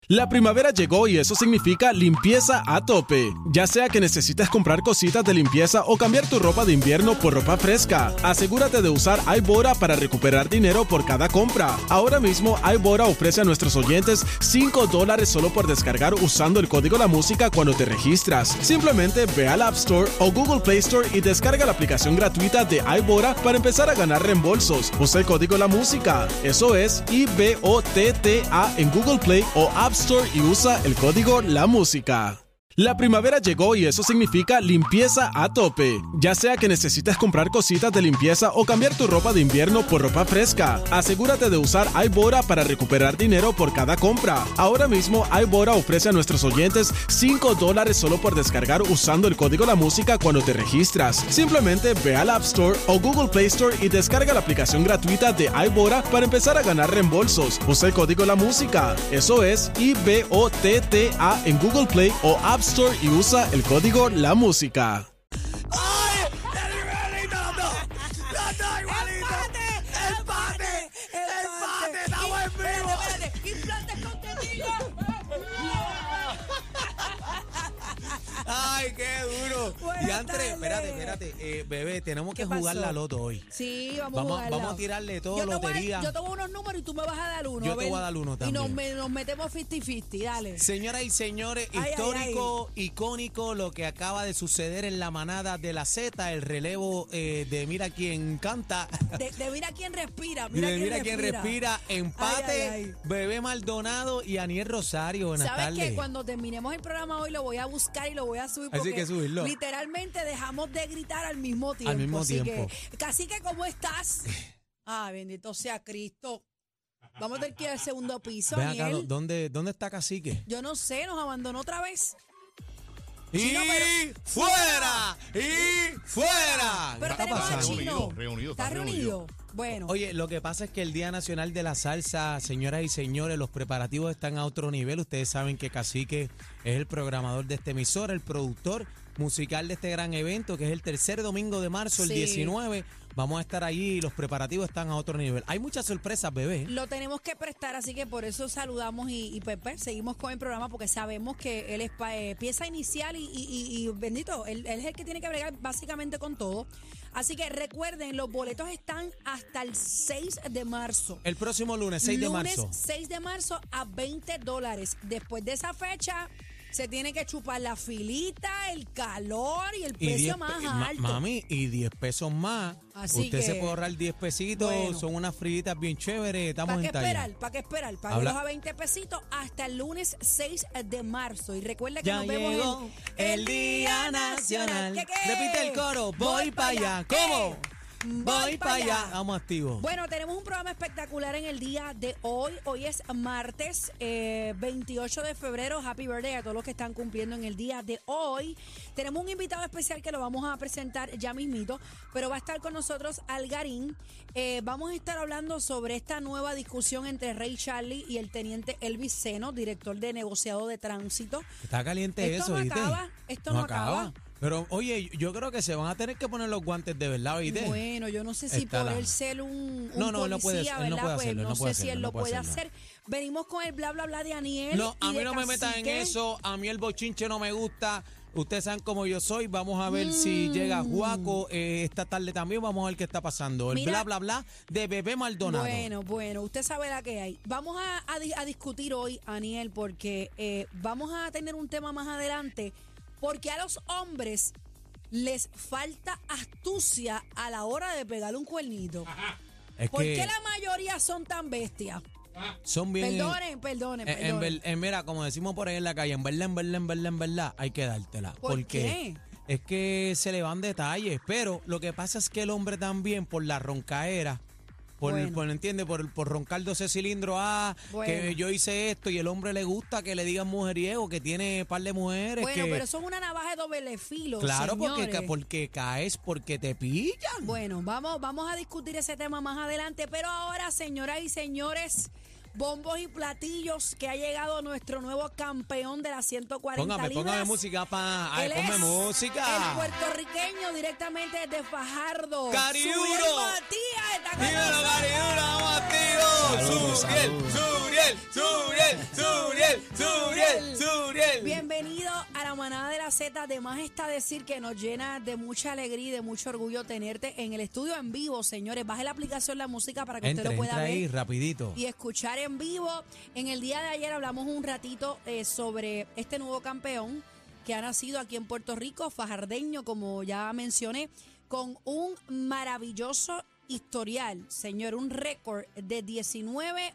La primavera llegó y eso significa limpieza a tope. Ya sea que necesites comprar cositas de limpieza o cambiar tu ropa de invierno por ropa fresca, asegúrate de usar iBora para recuperar dinero por cada compra. Ahora mismo iBora ofrece a nuestros oyentes $5 solo por descargar usando el código La Música cuando te registras. Simplemente ve al App Store o Google Play Store y descarga la aplicación gratuita de iBora para empezar a ganar reembolsos. Usa el código La Música. Eso es IBOTTA en Google Play o App Store y usa el código La Música. La primavera llegó y eso significa limpieza a tope. Ya sea que necesites comprar cositas de limpieza o cambiar tu ropa de invierno por ropa fresca, asegúrate de usar iBora para recuperar dinero por cada compra. Ahora mismo iBora ofrece a nuestros oyentes $5 solo por descargar usando el código La Música cuando te registras. Simplemente ve al App Store o Google Play Store y descarga la aplicación gratuita de iBora para empezar a ganar reembolsos. Usa el código La Música. Eso es IBOTTA en Google Play o App Store y usa el código La Música. ¡Ay! ¡Igualito los dos! ¡Los dos igualitos! ¡Empate! ¡Estamos en vivo! Espérate. ¡Implantes con tetilla! ¡Ay, qué duro! Buenas Y antes, tardes. espérate, bebé, tenemos que ¿Qué jugar pasó? la loto hoy. Sí, vamos Vamos a tirarle todo, yo lotería. Yo te voy a unos números y tú me vas a dar uno. Yo te voy a dar uno también. Y nos metemos 50-50, dale. Señoras y señores, Ay, histórico, icónico lo que acaba de suceder en la manada de la Z, el relevo de Mira quién canta. De mira quién respira. Mira quién respira. Empate, Ay. Bebé Maldonado y Aniel Rosario. Buenas ¿Sabes tardes. que cuando terminemos el programa hoy lo voy a buscar y lo voy a subir? Así Porque que subirlo. literalmente dejamos de gritar al mismo tiempo. Al mismo así tiempo. Que, Cacique, ¿cómo estás? Ah, bendito sea Cristo. Vamos a tener que ir al segundo piso, Ven acá, Aniel. ¿dónde está Cacique? Yo no sé, nos abandonó otra vez. ¡Y Chino, pero- fuera! ¡Y fuera! Pero ¿Qué está tenemos a pasando? Chino. Reunido, ¿Está está reunido? Bueno. Oye, lo que pasa es que el Día Nacional de la Salsa, señoras y señores, los preparativos están a otro nivel. Ustedes saben que Cacique es el programador de este emisor, el productor musical de este gran evento, que es el tercer domingo de marzo, el Sí. 19. Vamos a estar allí y los preparativos están a otro nivel. Hay muchas sorpresas, bebé. Lo tenemos que prestar, así que por eso saludamos y Pepe, seguimos con el programa porque sabemos que él es pieza inicial y bendito, él es el que tiene que bregar básicamente con todo. Así que recuerden, los boletos están hasta el 6 de marzo. El próximo lunes, 6 de Lunes marzo. 6 de marzo a $20. Después de esa fecha, se tiene que chupar la filita, el calor y el precio 10 más alto. Mami, y 10 pesos más. Así Usted que, se puede ahorrar 10 pesitos, bueno. son unas fritas bien chéveres, estamos ¿Para qué en talla. esperar? ¿Para qué esperar? Habla- Páguelos a 20 pesitos hasta el lunes 6 de marzo. Y recuerda que Ya nos vemos llegó el Día Nacional. ¿Qué? Repite el coro, voy para allá. ¿Cómo? Voy para allá. Vamos activos. Bueno, tenemos un programa espectacular en el día de hoy. Hoy es martes 28 de febrero. Happy birthday a todos los que están cumpliendo en el día de hoy. Tenemos un invitado especial que lo vamos a presentar ya mismito, pero va a estar con nosotros Algarín. Vamos a estar hablando sobre esta nueva discusión entre Ray Charlie y el teniente Elvis Seno, director de negociado de tránsito. Está caliente Esto eso, no ¿viste? acaba, esto no acaba. Pero, oye, yo creo que se van a tener que poner los guantes de verdad, ¿viste? Bueno, yo no sé si Está por la- él ser un No, él no puede- policía, él no ¿verdad? puede Pues hacerlo, él no no sé puede si hacerlo, él no lo puede puede hacerlo. hacer. Venimos con el bla bla bla de Aniel. No, a y mí de no me metan en Cacique. eso. A mí el bochinche no me gusta. Ustedes saben cómo yo soy. Vamos a ver si llega Juaco esta tarde también. Vamos a ver qué está pasando. El Mira- bla, bla, bla de Bebé Maldonado. Bueno, usted sabe la que hay. Vamos a discutir hoy, Aniel, porque vamos a tener un tema más adelante, porque a los hombres les falta astucia a la hora de pegarle un cuernito. Es ¿Por que qué la mayoría son tan bestias? son bien... Perdonen. Mira, como decimos por ahí en la calle, en verdad, hay que dártela. ¿Por porque qué? es que se le van detalles, pero lo que pasa es que el hombre también, por la roncaera, ¿entiendes? Por roncar 12 cilindros, Bueno. que yo hice esto y el hombre le gusta que le digan mujeriego, que tiene par de mujeres. Bueno, que, pero eso es una navaja de doble filo, claro, señores. porque caes, porque te pillan. Bueno, vamos a discutir ese tema más adelante, pero ahora, señoras y señores, bombos y platillos, que ha llegado nuestro nuevo campeón de las 140 libras. Póngame música, Él ponme es música. el puertorriqueño directamente desde Fajardo. Cariuro. Suriel Matías está con Dímelo, nosotros. Cariura, vamos activos. Saludos, Suriel, saludos. Suriel. Suriel. Bienvenido a la manada de la Z. De más está decir que nos llena de mucha alegría y de mucho orgullo tenerte en el estudio en vivo, señores. Baje la aplicación La Música para que usted lo pueda entra ver ahí rapidito. y escuchar en vivo. En el día de ayer hablamos un ratito sobre este nuevo campeón que ha nacido aquí en Puerto Rico, fajardeño, como ya mencioné, con un maravilloso historial, señor, un récord de 19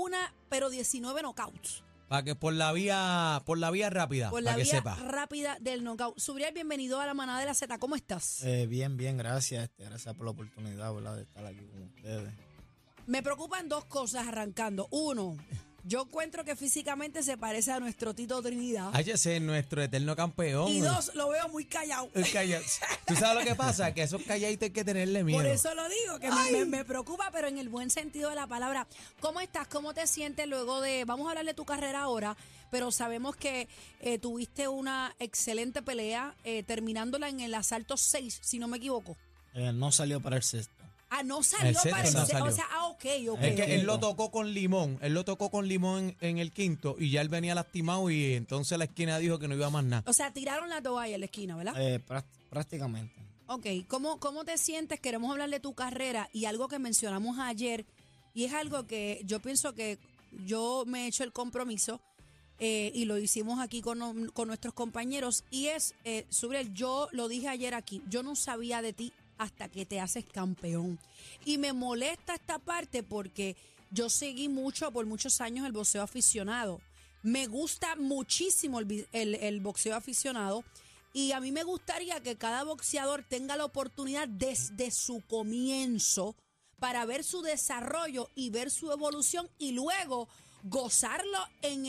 knockouts. Para que por la vía rápida, Por para la que vía sepa. rápida del knockout. Subriel, bienvenido a la manada de la Z. ¿Cómo estás? Bien, gracias. Gracias por la oportunidad, ¿verdad?, de estar aquí con ustedes. Me preocupan dos cosas arrancando. Uno, yo encuentro que físicamente se parece a nuestro Tito Trinidad. Ese es nuestro eterno campeón. Y dos, lo veo muy callado. ¿Tú sabes lo que pasa? Que esos calladitos hay que tenerle miedo. Por eso lo digo, que me preocupa, pero en el buen sentido de la palabra. ¿Cómo estás? ¿Cómo te sientes luego de...? Vamos a hablar de tu carrera ahora, pero sabemos que tuviste una excelente pelea, terminándola en el asalto 6, si no me equivoco. No salió para el sexto. Ah, no salió sexto para el no sexto. salió. O sea, ok. Es que él lo tocó con limón. Él lo tocó con limón en el quinto y ya él venía lastimado y entonces la esquina dijo que no iba más nada. O sea, tiraron la toalla en la esquina, ¿verdad? Prácticamente. Ok, ¿cómo te sientes? Queremos hablar de tu carrera y algo que mencionamos ayer, y es algo que yo pienso que yo me he hecho el compromiso y lo hicimos aquí con nuestros compañeros, y es, Subriel, yo lo dije ayer aquí, yo no sabía de ti hasta que te haces campeón. Y me molesta esta parte porque yo seguí por muchos años el boxeo aficionado. Me gusta muchísimo el boxeo aficionado. Y a mí me gustaría que cada boxeador tenga la oportunidad desde su comienzo para ver su desarrollo y ver su evolución y luego gozarlo en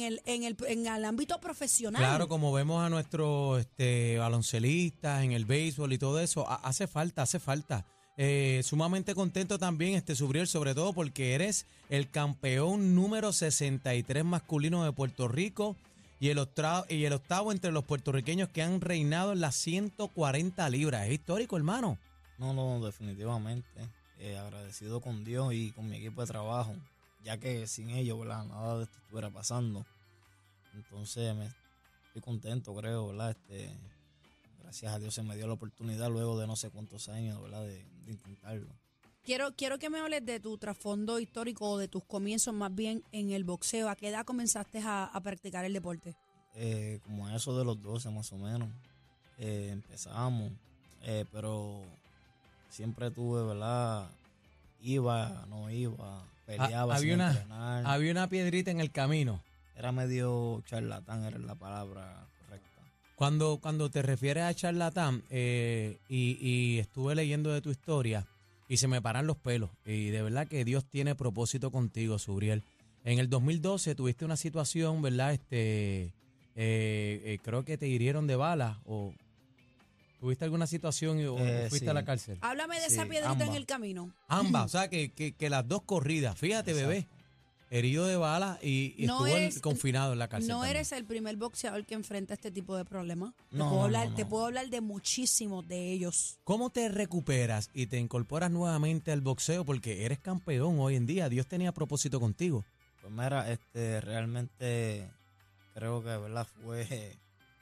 el ámbito profesional. Claro, como vemos a nuestros baloncelistas en el béisbol y todo eso, hace falta. Sumamente contento también, Subriel, sobre todo porque eres el campeón número 63 masculino de Puerto Rico y el octavo entre los puertorriqueños que han reinado en las 140 libras. Es histórico, hermano. No, definitivamente. Agradecido con Dios y con mi equipo de trabajo, ya que sin ellos, ¿verdad?, nada de esto estuviera pasando. Entonces estoy contento, creo, ¿verdad? Gracias a Dios se me dio la oportunidad luego de no sé cuántos años, ¿verdad?, de intentarlo. Quiero que me hables de tu trasfondo histórico o de tus comienzos más bien en el boxeo. ¿A qué edad comenzaste a practicar el deporte? Como a eso de los 12 más o menos. Empezamos, pero siempre tuve, ¿verdad? Iba, no iba, peleaba sin entrenar. Había una piedrita en el camino. Era medio charlatán, era la palabra correcta. Cuando te refieres a charlatán, y estuve leyendo de tu historia y se me paran los pelos. Y de verdad que Dios tiene propósito contigo, Subriel. En el 2012 tuviste una situación, ¿verdad? Creo que te hirieron de bala o tuviste alguna situación o fuiste sí. a la cárcel. Háblame de esa piedrita ambas. en el camino. Ambas, o sea que las dos corridas. Fíjate, Exacto. bebé. Herido de bala y No estuvo confinado en la cárcel. No también. eres el primer boxeador que enfrenta este tipo de problemas. No. Te puedo hablar de muchísimos de ellos. ¿Cómo te recuperas y te incorporas nuevamente al boxeo? Porque eres campeón hoy en día. Dios tenía propósito contigo. Pues mira, realmente creo que, ¿verdad?, fue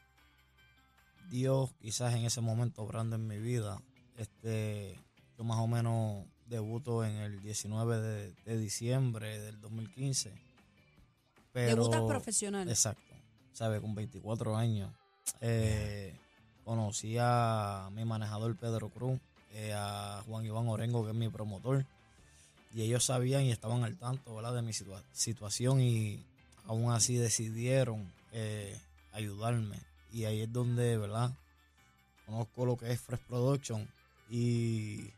Dios quizás en ese momento obrando en mi vida. Yo más o menos debuto en el 19 de diciembre del 2015. Pero, Debutas profesional. Exacto, ¿sabe? Con 24 años. Conocí a mi manejador Pedro Cruz, a Juan Iván Orengo, que es mi promotor. Y ellos sabían y estaban al tanto, ¿verdad?, de mi situación y aún así decidieron ayudarme. Y ahí es donde, ¿verdad?, conozco lo que es Fresh Production y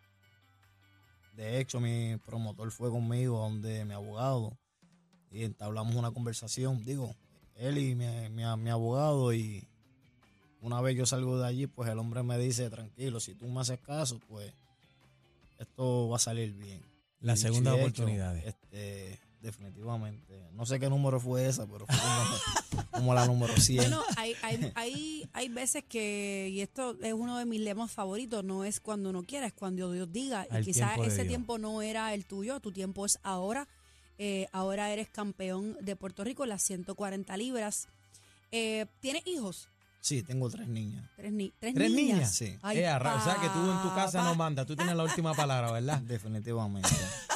de hecho mi promotor fue conmigo donde mi abogado y entablamos una conversación, él y mi abogado, y una vez yo salgo de allí, pues el hombre me dice, tranquilo, si tú me haces caso, pues esto va a salir bien. La Y segunda de hecho, oportunidad. definitivamente. No sé qué número fue esa, pero fue como la número 100. Bueno, hay veces que, y esto es uno de mis lemas favoritos, no es cuando uno quiera, es cuando Dios diga. Y Al quizás tiempo de ese Dios. tiempo no era el tuyo, tu tiempo es ahora. ahora eres campeón de Puerto Rico en las 140 libras. ¿Tienes hijos? Sí, tengo 3 niñas. ¿Tres ¿Tres niñas? Sí, Ay, O sea, que tú en tu casa papá. no mandas, tú tienes la última palabra, ¿verdad? definitivamente.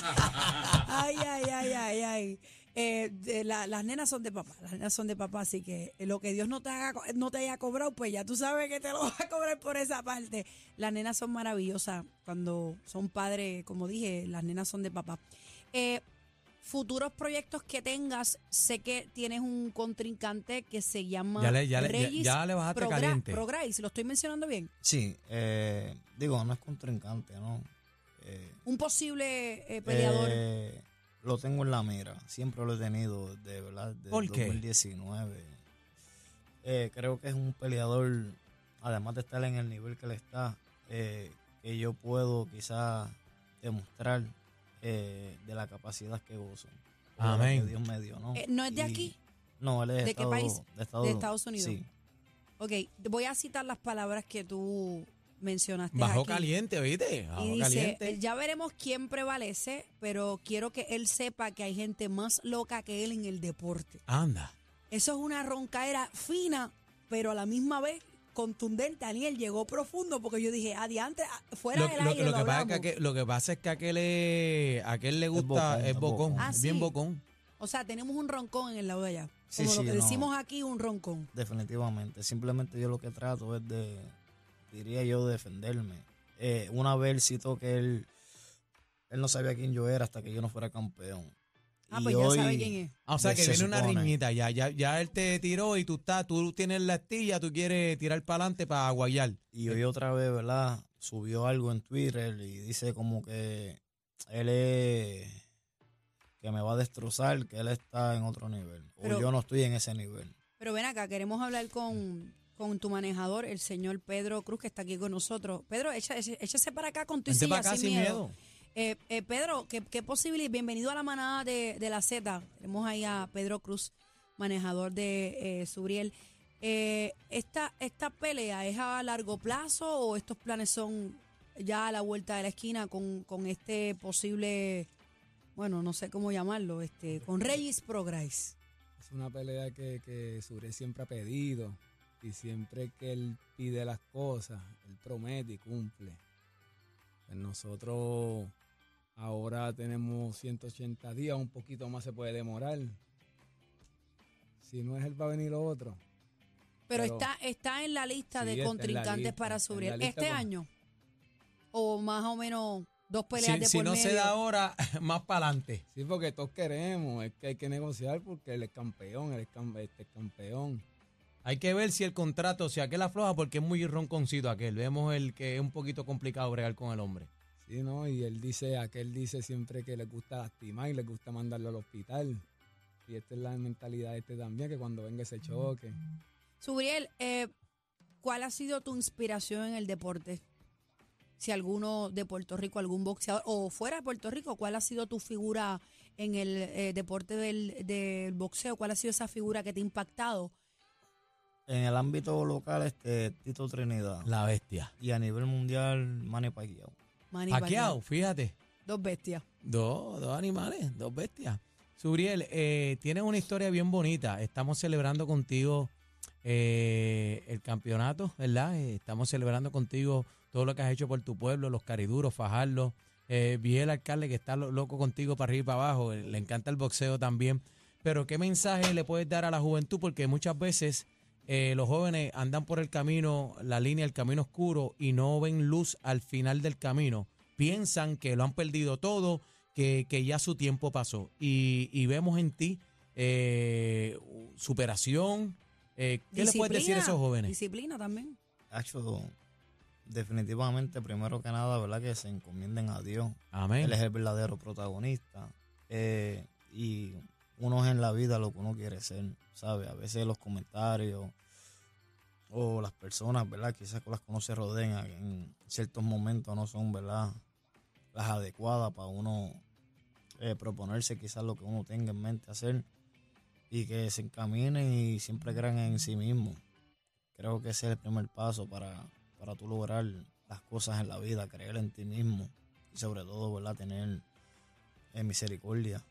Ay. Las nenas son de papá, así que lo que Dios no te haya cobrado, pues ya tú sabes que te lo va a cobrar por esa parte. Las nenas son maravillosas cuando son padres, como dije, las nenas son de papá. Futuros proyectos que tengas, sé que tienes un contrincante que se llama Regis ya le bajaste caliente. Prograis, ¿lo estoy mencionando bien? Sí, no es contrincante, ¿no? Un posible peleador. Lo tengo en la mira, siempre lo he tenido, de verdad, desde ¿Por qué? 2019. Creo que es un peleador, además de estar en el nivel que él está, que yo puedo quizás demostrar de la capacidad que gozo. O de la Amén. que Dios me dio, ¿no? ¿No es de aquí? No, él es ¿De qué país? de De Estados Unidos. Sí. Ok, voy a citar las palabras que tú mencionaste Bajó aquí. caliente, ¿viste? Bajó Y dice, caliente. ya veremos quién prevalece, pero quiero que él sepa que hay gente más loca que él en el deporte. Anda. Eso es una roncaera fina, pero a la misma vez contundente. Daniel llegó profundo porque yo dije, adiante, fuera del aire lo hablamos. Lo que pasa es que a aquel le gusta, es bocón, Ah, es bien sí. bocón. O sea, tenemos un roncón en el lado de allá. Sí, Como lo sí, que no. decimos aquí, un roncón. Definitivamente. Simplemente yo lo que trato es diría yo, defenderme. Una vez él citó que él no sabía quién yo era hasta que yo no fuera campeón. Ah, Y pues ya hoy, sabe quién es. O sea, que se viene una supone. riñita, ya él te tiró y tú tienes la astilla, tú quieres tirar para adelante para guayar. Y hoy otra vez, ¿verdad? Subió algo en Twitter y dice como que que me va a destrozar, que él está en otro nivel. Pero- o yo no estoy en ese nivel. Pero ven acá, queremos hablar con tu manejador, el señor Pedro Cruz, que está aquí con nosotros. Pedro, échase para acá con tu Vente silla para acá sin sin miedo. miedo. Pedro, ¿qué posibilidad? Bienvenido a la manada de la Z. Tenemos ahí a Pedro Cruz, manejador de Subriel. ¿Esta pelea es a largo plazo o estos planes son ya a la vuelta de la esquina con este posible, bueno, no sé cómo llamarlo, con Regis Prograis? Es una pelea que Subriel siempre ha pedido y siempre que él pide las cosas, él promete y cumple. Pues nosotros ahora tenemos 180 días, un poquito más se puede demorar. Si no es él, va a venir otro. Pero Pero- está en la lista Sí, de está en la contrincantes lista, para está en Subriel. la lista ¿Este con- año? ¿O más o menos 2 peleas de Si por no medio? se da ahora, más para adelante. Sí, porque todos queremos, es que hay que negociar porque él es campeón, él es campeón. Hay que ver si el contrato, si aquel afloja, porque es muy ronconcito aquel. Vemos el que es un poquito complicado bregar con el hombre. Sí, ¿no? Y aquel dice siempre que le gusta lastimar y le gusta mandarlo al hospital. Y esta es la mentalidad de también, que cuando venga ese choque. Subriel, ¿cuál ha sido tu inspiración en el deporte? Si alguno de Puerto Rico, algún boxeador, o fuera de Puerto Rico, ¿cuál ha sido tu figura en el deporte del boxeo? ¿Cuál ha sido esa figura que te ha impactado? En el ámbito local, Tito Trinidad. La bestia. Y a nivel mundial, Manny Pacquiao. Manny Pacquiao, Pacquiao. fíjate. Dos bestias. Dos animales, dos bestias. Subriel, tienes una historia bien bonita. Estamos celebrando contigo el campeonato, ¿verdad? Estamos celebrando contigo todo lo que has hecho por tu pueblo, los cariduros, fajarlos. Vi el alcalde que está loco contigo para arriba y para abajo. Le encanta el boxeo también. Pero ¿qué mensaje le puedes dar a la juventud? Porque muchas veces los jóvenes andan por el camino, la línea, el camino oscuro y no ven luz al final del camino. Piensan que lo han perdido todo, que ya su tiempo pasó. Y vemos en ti superación. ¿Qué le puedes decir a esos jóvenes? Disciplina también. Hacho, definitivamente, primero que nada, ¿verdad? Que se encomienden a Dios. Amén. Él es el verdadero protagonista. Y uno es en la vida lo que uno quiere ser, ¿sabe? A veces los comentarios o las personas, ¿verdad? Quizás con las que uno se rodea en ciertos momentos no son, ¿verdad? Las adecuadas para uno proponerse quizás lo que uno tenga en mente hacer y que se encaminen y siempre crean en sí mismo. Creo que ese es el primer paso para tú lograr las cosas en la vida, creer en ti mismo y sobre todo, ¿verdad? Tener misericordia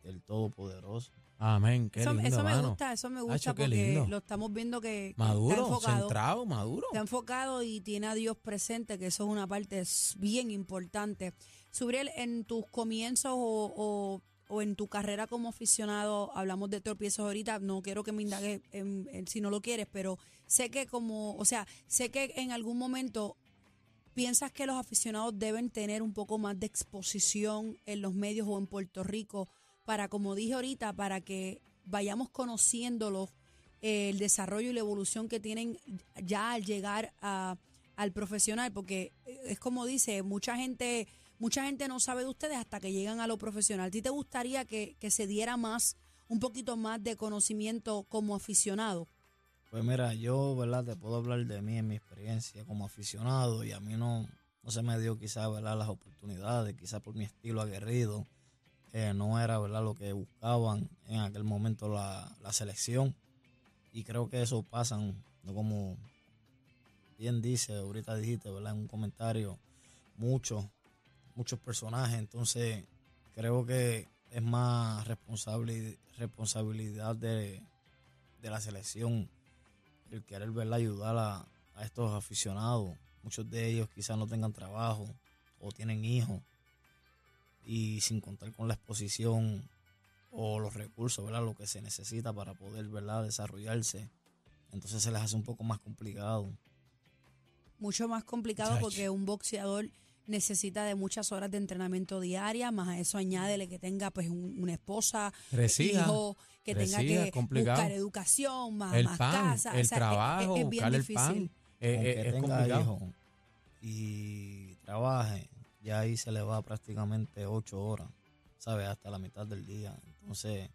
el Todopoderoso. Amén, qué Eso, lindo, eso me mano. gusta, eso me gusta Hacho, qué porque lindo. lo estamos viendo que está Maduro, enfocado. centrado, maduro. Está enfocado y tiene a Dios presente, que eso es una parte bien importante. Subriel, en tus comienzos o en tu carrera como aficionado, hablamos de tropiezos ahorita, no quiero que me indagues si no lo quieres, pero sé que sé que en algún momento piensas que los aficionados deben tener un poco más de exposición en los medios o en Puerto Rico para, como dije ahorita, para que vayamos conociéndolos, el desarrollo y la evolución que tienen ya al llegar al profesional, porque es como dice, mucha gente no sabe de ustedes hasta que llegan a lo profesional. ¿A ti te gustaría que se diera un poquito más de conocimiento como aficionado? Pues mira, yo, ¿verdad? Te puedo hablar de mí, en mi experiencia como aficionado, y a mí no se me dio quizás, ¿verdad?, las oportunidades, quizás por mi estilo aguerrido, no era, ¿verdad?, lo que buscaban en aquel momento la selección, y creo que eso pasa, ¿no? Como bien dice, ahorita dijiste, ¿verdad?, en un comentario, muchos personajes, entonces creo que es más responsabilidad de la selección el querer, ¿verdad?, ayudar a estos aficionados. Muchos de ellos quizás no tengan trabajo o tienen hijos, y sin contar con la exposición o los recursos, ¿verdad?, lo que se necesita para poder, ¿verdad?, desarrollarse, entonces se les hace un poco más complicado. Mucho más complicado Chacho. porque un boxeador necesita de muchas horas de entrenamiento diaria, más a eso añádele que tenga pues una esposa, Tres hijas, hijos, que tres tenga hijas, que complicado. buscar educación, más El pan, casa. el o sea, trabajo, es bien buscar el difícil. pan. Aunque Es tenga complicado. hijos y trabaje, ya ahí se le va prácticamente 8 horas, ¿sabes? Hasta la mitad del día. Entonces,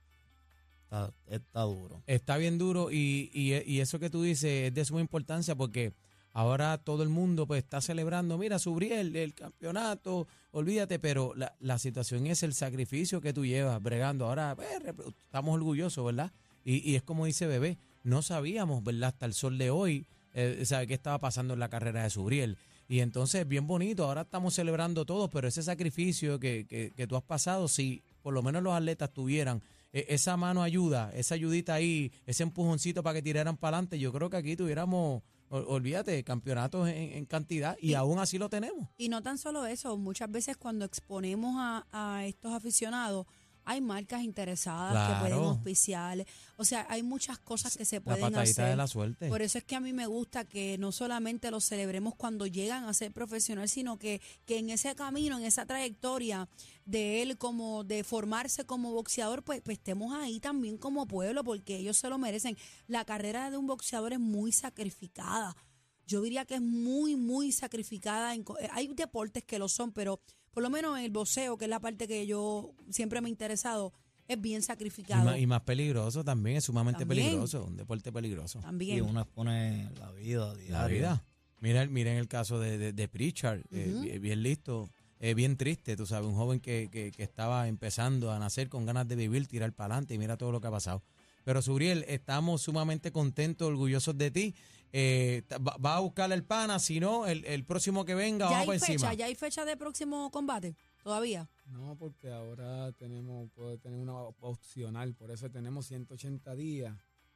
está duro. Está bien duro y eso que tú dices es de suma importancia porque ahora todo el mundo pues está celebrando, mira, Subriel, el campeonato, olvídate, pero la situación es el sacrificio que tú llevas bregando. Ahora estamos orgullosos, ¿verdad? Y es como dice Bebé, no sabíamos, ¿verdad? Hasta el sol de hoy, ¿sabe qué estaba pasando en la carrera de Subriel? Y entonces, bien bonito, ahora estamos celebrando todos, pero ese sacrificio que tú has pasado, si por lo menos los atletas tuvieran esa mano ayuda, esa ayudita ahí, ese empujoncito para que tiraran para adelante, yo creo que aquí tuviéramos, olvídate, campeonatos en cantidad y aún así lo tenemos. Y no tan solo eso, muchas veces cuando exponemos a estos aficionados, hay marcas interesadas que Claro. pueden auspiciar. O sea, hay muchas cosas que se La pueden patadita hacer. de la suerte. Por eso es que a mí me gusta que no solamente los celebremos cuando llegan a ser profesional, sino que en ese camino, en esa trayectoria de él como de formarse como boxeador, pues estemos ahí también como pueblo, porque ellos se lo merecen. La carrera de un boxeador es muy sacrificada. Yo diría que es muy, muy sacrificada. Hay deportes que lo son, pero por lo menos en el boxeo, que es la parte que yo siempre me he interesado, es bien sacrificado. Y más peligroso también, es sumamente También. peligroso, un deporte peligroso. Y También. uno expone la vida diaria. La vida. Miren el caso de Pritchard, bien listo, bien triste, tú sabes, un joven que estaba empezando a nacer con ganas de vivir, tirar para adelante y mira todo lo que ha pasado. Pero Subriel, estamos sumamente contentos, orgullosos de ti. Va a buscar el pana, si no, el próximo que venga, ¿Ya vamos por hay fecha? encima. ¿Ya hay fecha de próximo combate? ¿Todavía? No, porque ahora puede tener una opcional, por eso tenemos 180 días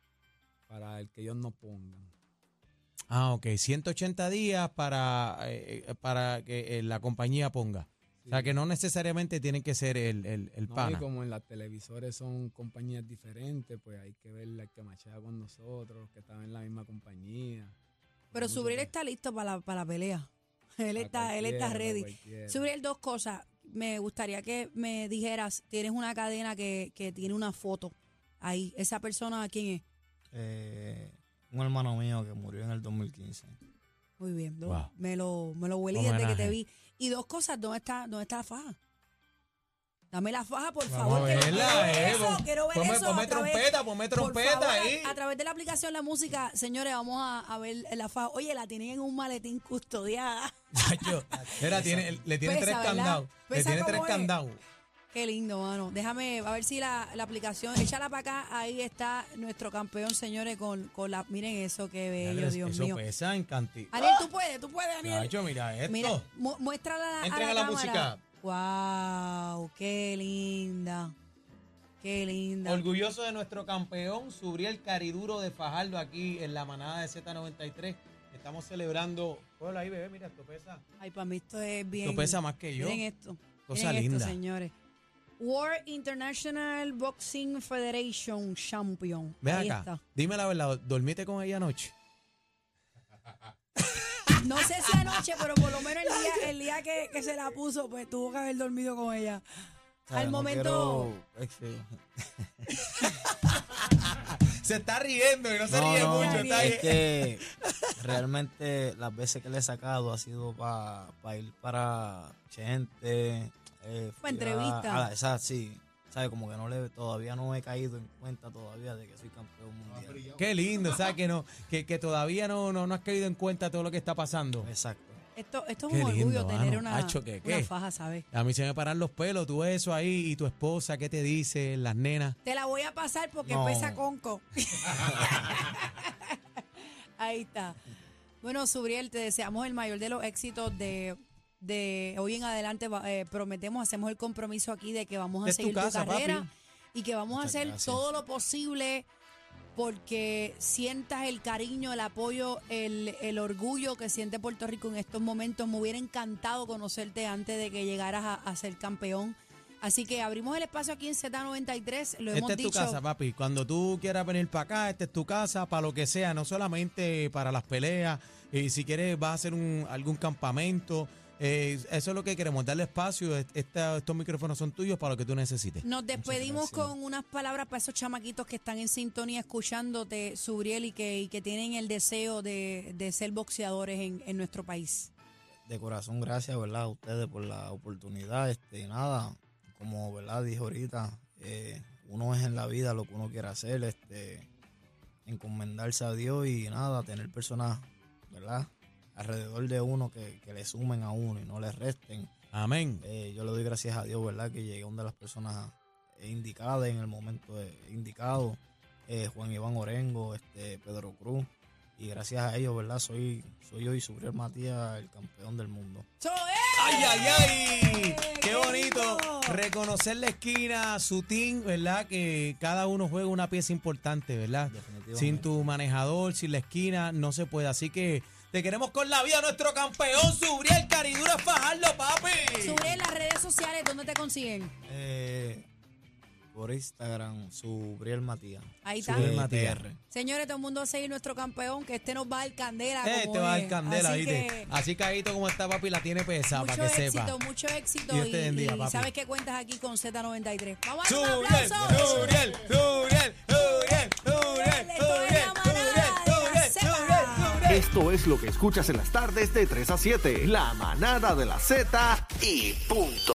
para el que ellos nos pongan. Ah, ok, 180 días para que la compañía ponga. O sea, que no necesariamente tiene que ser el No, pana. y como en las televisores son compañías diferentes, pues hay que ver la que machea con nosotros, que están en la misma compañía. Pero Mucho Subriel que- está listo para la pelea. Él para está cualquiera, para ready. cualquiera. Subriel, dos cosas. Me gustaría que me dijeras, tienes una cadena que tiene una foto ahí. ¿Esa persona quién es? Un hermano mío que murió en el 2015. Muy bien. Wow. Me lo huelí desde que Homenaje. te vi. Y dos cosas, ¿dónde está la faja? Dame la faja, por Vamos favor. a que verla, quiero ver eso, quiero ver eso. Ponme a través- ponme por trompeta favor, ahí. a través de la aplicación La Música, señores, vamos a ver la faja. Oye, la tienen en un maletín custodiada. Chacho, mira, le tiene Pesa, tres ¿verdad? candados. Le Pesa tiene tres como es. candados. Qué lindo, mano. Déjame a ver si la aplicación, échala para acá. Ahí está nuestro campeón, señores, con la. Miren eso, qué bello, Dios Eso mío. pesa en cantidad. Aniel, tú puedes, Aniel. Chacho, mira esto. Mira, muéstrala Entren a la música. Wow, qué linda. Qué linda. Orgulloso de nuestro campeón, Subriel Cariduro de Fajardo, aquí en la manada de Z93. Estamos celebrando. Hola ahí, bebé, mira, esto pesa. Ay, para mí esto es bien. Esto pesa más que yo. Miren esto. Cosa Miren linda. esto, señores. World International Boxing Federation Champion. Ve Ahí acá, está. dime la verdad, ¿dormiste con ella anoche? No sé si anoche, pero por lo menos el día que se la puso, pues tuvo que haber dormido con ella. Al momento. Se está riendo y no se No, ríe no, mucho. Está es que realmente las veces que le he sacado ha sido para ir para gente. Pa' entrevista. Esa sí, ¿sabes? Como que todavía no he caído en cuenta todavía de que soy campeón mundial. Qué lindo, ¿sabes? Que todavía no has caído en cuenta todo lo que está pasando. Exacto. Esto es un Qué orgullo lindo, tener mano. una Hacho, ¿qué? faja, ¿sabes? A mí se me paran los pelos, tú eso ahí y tu esposa, ¿qué te dice? Las nenas. Te la voy a pasar porque No. pesa conco. Ahí está. Bueno, Subriel, te deseamos el mayor de los éxitos de hoy en adelante. Prometemos, hacemos el compromiso aquí de que vamos a Es tu seguir casa, tu carrera papi. y que vamos Muchas a hacer gracias. todo lo posible porque sientas el cariño, el apoyo, el orgullo que siente Puerto Rico en estos momentos. Me hubiera encantado conocerte antes de que llegaras a ser campeón. Así que abrimos el espacio aquí en Z93, lo hemos Esta es tu dicho. casa, papi. Cuando tú quieras venir para acá, esta es tu casa, para lo que sea, no solamente para las peleas. Y si quieres, vas a hacer algún campamento. Eso es lo que queremos, darle espacio. Estos micrófonos son tuyos para lo que tú necesites. Nos despedimos gracias. con unas palabras para esos chamaquitos que están en sintonía escuchándote, Subriel, y que tienen el deseo de ser boxeadores en nuestro país. De corazón, gracias, ¿verdad? A ustedes por la oportunidad. Nada, como, ¿verdad? Dijo ahorita, uno es en la vida lo que uno quiere hacer, encomendarse a Dios y nada, tener personas, ¿verdad? Alrededor de uno que le sumen a uno y no le resten. Amén. Yo le doy gracias a Dios, ¿verdad? Que llegué a una de las personas indicadas en el momento indicado. Juan Iván Orengo, Pedro Cruz. Y gracias a ellos, ¿verdad? Soy hoy Subriel Matías, el campeón del mundo. ¡Ay, ay, ay! ¡Qué ¡Qué bonito! lindo! Reconocer la esquina, su team, ¿verdad? Que cada uno juega una pieza importante, ¿verdad? Definitivamente. Sin tu manejador, sin la esquina, no se puede. Así que te queremos con la vida, nuestro campeón, Subriel Cariduro Fajardo, papi. Subriel, las redes sociales, ¿dónde te consiguen? Por Instagram, Subriel Matías. Ahí está. Subriel Matías. PR. Señores, todo el mundo a seguir nuestro campeón, que nos va a dar candela. como Te va a es. dar candela, Así ¿viste? que Así caído como está, papi, la tiene pesada, mucho para que éxito, sepa. mucho éxito. Dios te bendiga, y papi. sabes que cuentas aquí con Z93. Vamos a dar un Subriel, aplauso. Subriel, Subriel, Subriel, Subriel, Esto es la manada de la Z. Esto es lo que escuchas en las tardes de 3 a 7. La manada de la Z y punto.